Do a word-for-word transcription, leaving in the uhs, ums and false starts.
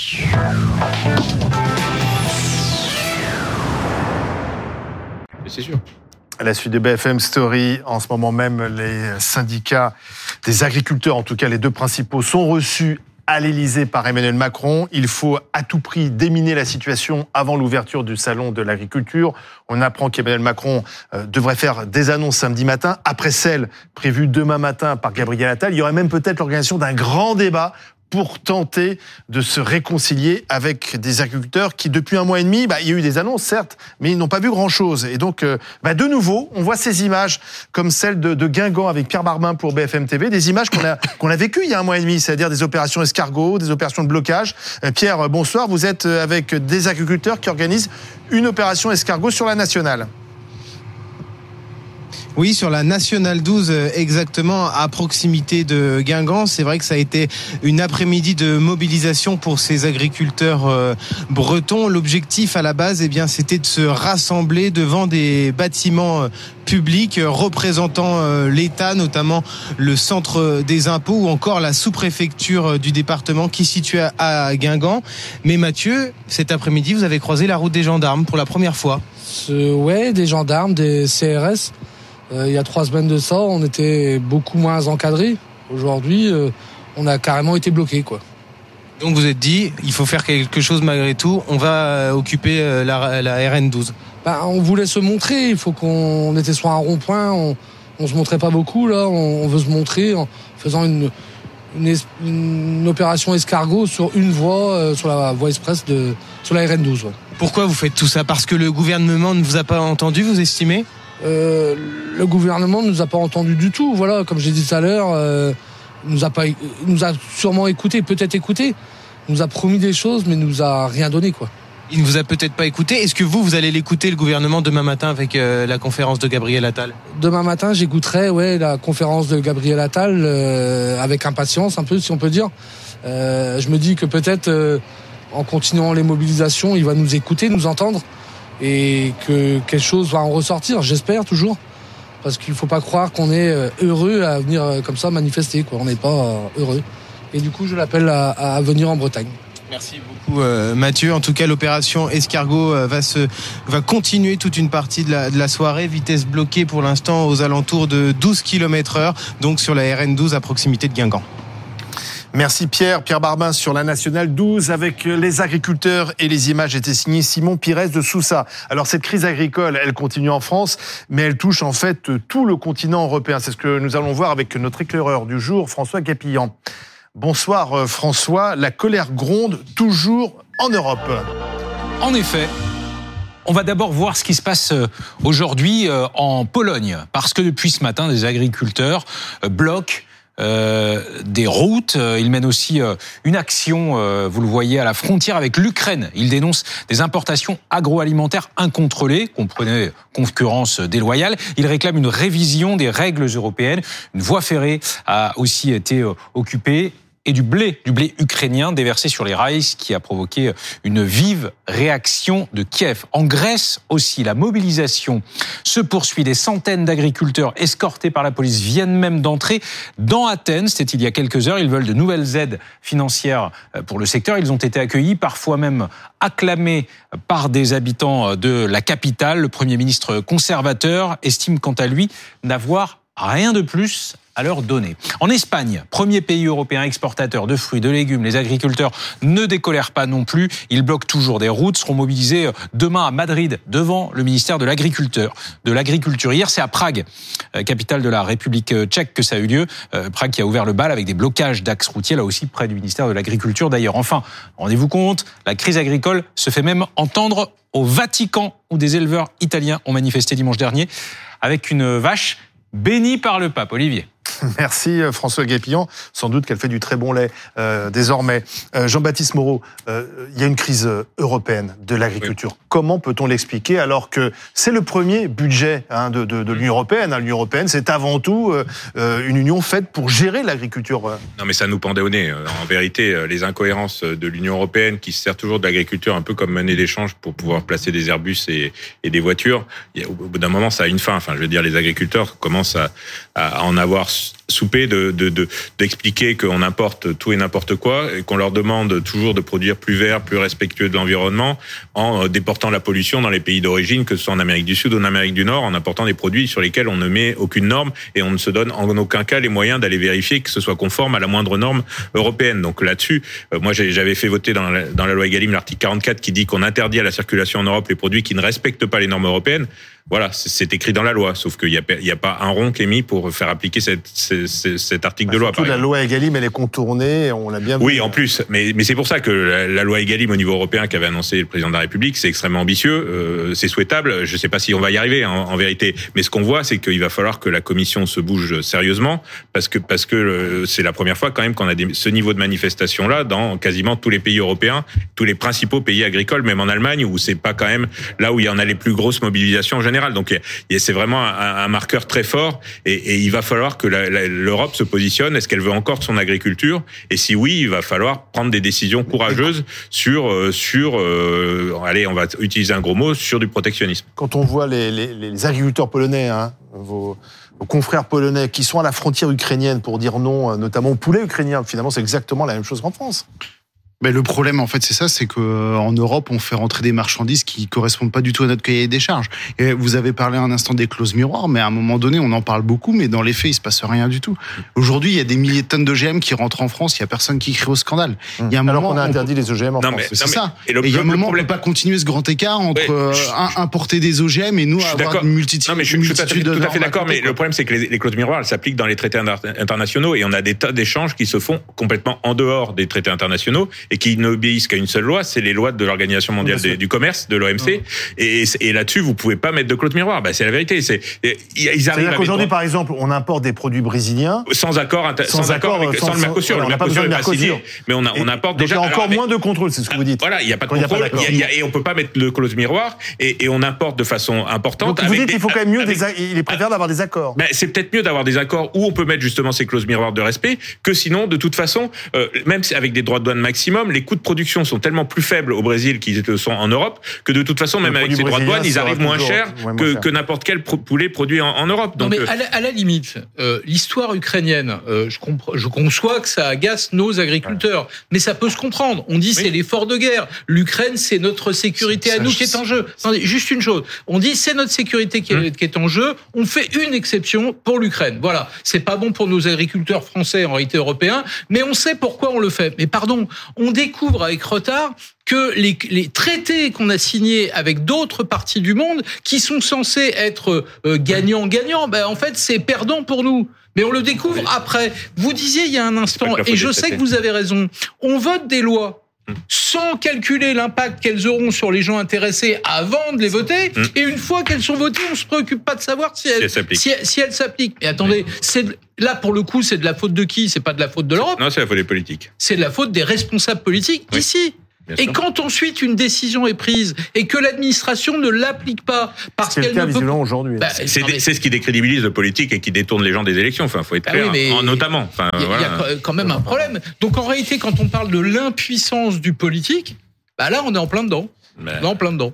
C'est sûr. À la suite de B F M Story, en ce moment même, les syndicats des agriculteurs, en tout cas les deux principaux, sont reçus à l'Élysée par Emmanuel Macron. Il faut à tout prix déminer la situation avant l'ouverture du salon de l'agriculture. On apprend qu'Emmanuel Macron euh, devrait faire des annonces samedi matin, après celles prévues demain matin par Gabriel Attal. Il y aurait même peut-être l'organisation d'un grand débat pour tenter de se réconcilier avec des agriculteurs qui, depuis un mois et demi, bah, il y a eu des annonces, certes, mais ils n'ont pas vu grand-chose. Et donc, euh, bah, de nouveau, on voit ces images comme celle de, de Guingamp avec Pierre Barbin pour B F M T V, des images qu'on a, qu'on a vécues il y a un mois et demi, c'est-à-dire des opérations escargots, des opérations de blocage. Euh, Pierre, bonsoir, vous êtes avec des agriculteurs qui organisent une opération escargot sur la nationale. Oui, sur la Nationale douze, exactement, à proximité de Guingamp. C'est vrai que ça a été une après-midi de mobilisation pour ces agriculteurs euh, bretons. L'objectif à la base, eh bien, c'était de se rassembler devant des bâtiments euh, publics euh, représentant euh, l'État, notamment le centre des impôts ou encore la sous-préfecture euh, du département qui est située à, à Guingamp. Mais Mathieu, cet après-midi, vous avez croisé la route des gendarmes pour la première fois. Euh, ouais, des gendarmes, des C R S. Euh, il y a trois semaines de ça, on était beaucoup moins encadrés. Aujourd'hui, euh, on a carrément été bloqués, quoi. Donc vous êtes dit, il faut faire quelque chose malgré tout, on va occuper la, la R N douze. Ben, on voulait se montrer, il faut qu'on on était sur un rond-point, on, on se montrait pas beaucoup, là, on, on veut se montrer en faisant une, une, une opération escargot sur une voie, euh, sur la voie express de, sur la R N douze. Ouais. Pourquoi vous faites tout ça ? Parce que le gouvernement ne vous a pas entendu, vous estimez ? Euh, le gouvernement ne nous a pas entendu du tout. Voilà, comme j'ai dit tout à l'heure, euh, nous a pas, nous a sûrement écouté, peut-être écouté. Nous a promis des choses, mais nous a rien donné, quoi. Il ne vous a peut-être pas écouté. Est-ce que vous, vous allez l'écouter, le gouvernement, demain matin avec euh, la conférence de Gabriel Attal ? Demain matin, j'écouterai, ouais, la conférence de Gabriel Attal euh, avec impatience, un peu, si on peut dire. Euh, je me dis que peut-être, euh, en continuant les mobilisations, il va nous écouter, nous entendre. Et que quelque chose va en ressortir, j'espère toujours, parce qu'il faut pas croire qu'on est heureux à venir comme ça manifester, quoi. On n'est pas heureux. Et du coup, je l'appelle à, à venir en Bretagne. Merci beaucoup euh, Mathieu. En tout cas, l'opération escargot euh, va se va continuer toute une partie de la de la soirée. Vitesse bloquée pour l'instant aux alentours de douze kilomètres heure, donc sur la R N douze à proximité de Guingamp. Merci Pierre. Pierre Barbin sur la Nationale douze avec les agriculteurs et les images étaient signées Simon Pires de Sousa. Alors cette crise agricole, elle continue en France, mais elle touche en fait tout le continent européen. C'est ce que nous allons voir avec notre éclaireur du jour, François Gapillan. Bonsoir François, la colère gronde toujours en Europe. En effet. On va d'abord voir ce qui se passe aujourd'hui en Pologne, parce que depuis ce matin, des agriculteurs bloquent Euh, des routes. Il mène aussi euh, une action, euh, vous le voyez, à la frontière avec l'Ukraine. Il dénonce des importations agroalimentaires incontrôlées, comprenez concurrence déloyale. Il réclame une révision des règles européennes. Une voie ferrée a aussi été euh, occupée. Et du blé, du blé ukrainien déversé sur les rails, ce qui a provoqué une vive réaction de Kiev. En Grèce aussi, la mobilisation se poursuit. Des centaines d'agriculteurs escortés par la police viennent même d'entrer dans Athènes. C'était il y a quelques heures. Ils veulent de nouvelles aides financières pour le secteur. Ils ont été accueillis, parfois même acclamés par des habitants de la capitale. Le Premier ministre conservateur estime quant à lui n'avoir rien de plus à leur donner. En Espagne, premier pays européen exportateur de fruits, de légumes, les agriculteurs ne décolèrent pas non plus. Ils bloquent toujours des routes, seront mobilisés demain à Madrid devant le ministère de l'Agriculture. De l'Agriculture. Hier, c'est à Prague, capitale de la République tchèque, que ça a eu lieu. Prague qui a ouvert le bal avec des blocages d'axes routiers, là aussi près du ministère de l'Agriculture d'ailleurs. Enfin, rendez-vous compte, la crise agricole se fait même entendre au Vatican, où des éleveurs italiens ont manifesté dimanche dernier avec une vache bénie par le pape. Olivier. Merci François Gapillan. Sans doute qu'elle fait du très bon lait euh, désormais. Euh, Jean-Baptiste Moreau, euh, il y a une crise européenne de l'agriculture. Oui. Comment peut-on l'expliquer alors que c'est le premier budget hein, de, de, de l'Union européenne. Hein. L'Union européenne, c'est avant tout euh, une union faite pour gérer l'agriculture. Non mais ça nous pendait au nez. En vérité, les incohérences de l'Union européenne qui se sert toujours de l'agriculture un peu comme monnaie d'échange pour pouvoir placer des Airbus et, et des voitures, au bout d'un moment, ça a une fin. Enfin, je veux dire, les agriculteurs commencent à, à en avoir souper de, de, de, d'expliquer qu'on importe tout et n'importe quoi et qu'on leur demande toujours de produire plus vert, plus respectueux de l'environnement en déportant la pollution dans les pays d'origine, que ce soit en Amérique du Sud ou en Amérique du Nord, en important des produits sur lesquels on ne met aucune norme et on ne se donne en aucun cas les moyens d'aller vérifier que ce soit conforme à la moindre norme européenne. Donc là-dessus, euh, moi j'avais fait voter dans la, dans la loi Egalim l'article quarante-quatre qui dit qu'on interdit à la circulation en Europe les produits qui ne respectent pas les normes européennes. Voilà, c'est écrit dans la loi, sauf qu'il n'y a, il y a pas un rond qui est mis pour faire appliquer cette, cette, cet article bah, de loi. Surtout la loi Egalim, elle est contournée, on l'a bien vu. Oui, en plus, mais, mais c'est pour ça que la, la loi Egalim au niveau européen qu'avait annoncé le président de la République, c'est extrêmement ambitieux, euh, c'est souhaitable. Je ne sais pas si on va y arriver en, en vérité, mais ce qu'on voit, c'est qu'il va falloir que la Commission se bouge sérieusement, parce que parce que euh, c'est la première fois quand même qu'on a des, ce niveau de manifestation là dans quasiment tous les pays européens, tous les principaux pays agricoles, même en Allemagne où c'est pas quand même là où il y en a les plus grosses mobilisations en général. Donc c'est vraiment un, un marqueur très fort et, et il va falloir que la, la, l'Europe se positionne. Est-ce qu'elle veut encore de son agriculture? Et si oui, il va falloir prendre des décisions courageuses sur sur euh, allez, on va utiliser un gros mot, sur du protectionnisme. Quand on voit les, les, les agriculteurs polonais, hein, vos, vos confrères polonais qui sont à la frontière ukrainienne pour dire non, notamment au poulet ukrainien, finalement c'est exactement la même chose qu'en France. Mais le problème, en fait, c'est ça, c'est qu'en Europe, on fait rentrer des marchandises qui correspondent pas du tout à notre cahier des charges. Et vous avez parlé un instant des clauses miroirs, mais à un moment donné, on en parle beaucoup, mais dans les faits, il se passe rien du tout. Aujourd'hui, il y a des milliers de tonnes d'O G M qui rentrent en France, il y a personne qui crie au scandale. Mmh. Il y a un Alors moment, qu'on a interdit on... les O G M en non, France. Mais, c'est non, ça. Et, le, et il y a un le, moment, problème... on peut pas continuer ce grand écart entre ouais, je... un, importer des O G M et nous je avoir une multitude. Non, mais je suis multitude tout à fait, tout à fait de d'accord, mais le problème, c'est que les, les clauses miroirs, elles s'appliquent dans les traités internationaux et on a des tas d'échanges qui se font complètement en dehors des traités internationaux et qui n'obéissent qu'à une seule loi, c'est les lois de l'Organisation mondiale des, du commerce, de l'O M C. Et, et là-dessus, vous pouvez pas mettre de clause miroir. Bah, c'est la vérité. C'est, ils arrivent C'est-à-dire qu'aujourd'hui, par exemple, on importe des produits brésiliens. Sans accord, sans, sans accord, avec, sans, sans le Mercosur. Voilà, le Mercosur n'est pas signé, mais on, a, on importe et, déjà. Donc il y a encore alors, moins de contrôle, c'est ce que vous dites. Voilà, il n'y a pas de contrôle. Y a pas y a, y a, et on peut pas mettre de clause miroir. Et, et on importe de façon importante. Donc vous dites qu'il faut quand même mieux avec, des, il est préférable d'avoir des accords. Ben, c'est peut-être mieux d'avoir des accords où on peut mettre justement ces clauses miroirs de respect que sinon, de toute façon, euh, même avec des droits de douane maximum, les coûts de production sont tellement plus faibles au Brésil qu'ils sont en Europe, que de toute façon, même avec ces droits de douane, ils arrivent moins cher que, que n'importe quel poulet produit en, en Europe. Donc, non, mais à la, à la limite, euh, l'histoire ukrainienne, euh, je, compre, je conçois que ça agace nos agriculteurs, ouais. mais ça peut se comprendre. On dit oui. c'est l'effort de guerre. L'Ukraine, c'est notre sécurité à nous qui est en jeu. Attendez, juste une chose. On dit c'est notre sécurité qui est, hum. qui est en jeu. On fait une exception pour l'Ukraine. Voilà. C'est pas bon pour nos agriculteurs français, en réalité européens, mais on sait pourquoi on le fait. Mais pardon, on découvre avec retard que les, les traités qu'on a signés avec d'autres parties du monde, qui sont censés être euh, gagnants-gagnants, ben en fait c'est perdant pour nous. Mais on le découvre après. Vous disiez il y a un instant, et je sais que vous avez raison, on vote des lois sans calculer l'impact qu'elles auront sur les gens intéressés avant de les voter, mmh. et une fois qu'elles sont votées, on se préoccupe pas de savoir si elles, si elles s'appliquent. Si, si elles s'appliquent. Mais attendez, mmh. c'est là pour le coup, c'est de la faute de qui? C'est pas de la faute de l'Europe. Non, c'est la faute des politiques. C'est de la faute des responsables politiques oui. ici. Bien et sûr. Quand ensuite une décision est prise et que l'administration ne l'applique pas parce qu'elle ne peut aujourd'hui. Bah, c'est, mais... c'est ce qui décrédibilise le politique et qui détourne les gens des élections. Enfin, faut être clair, ah oui, en, notamment. Enfin, il y, voilà. y a quand même un problème. Donc en réalité, quand on parle de l'impuissance du politique, bah là, on est en plein dedans. Mais... On est en plein dedans.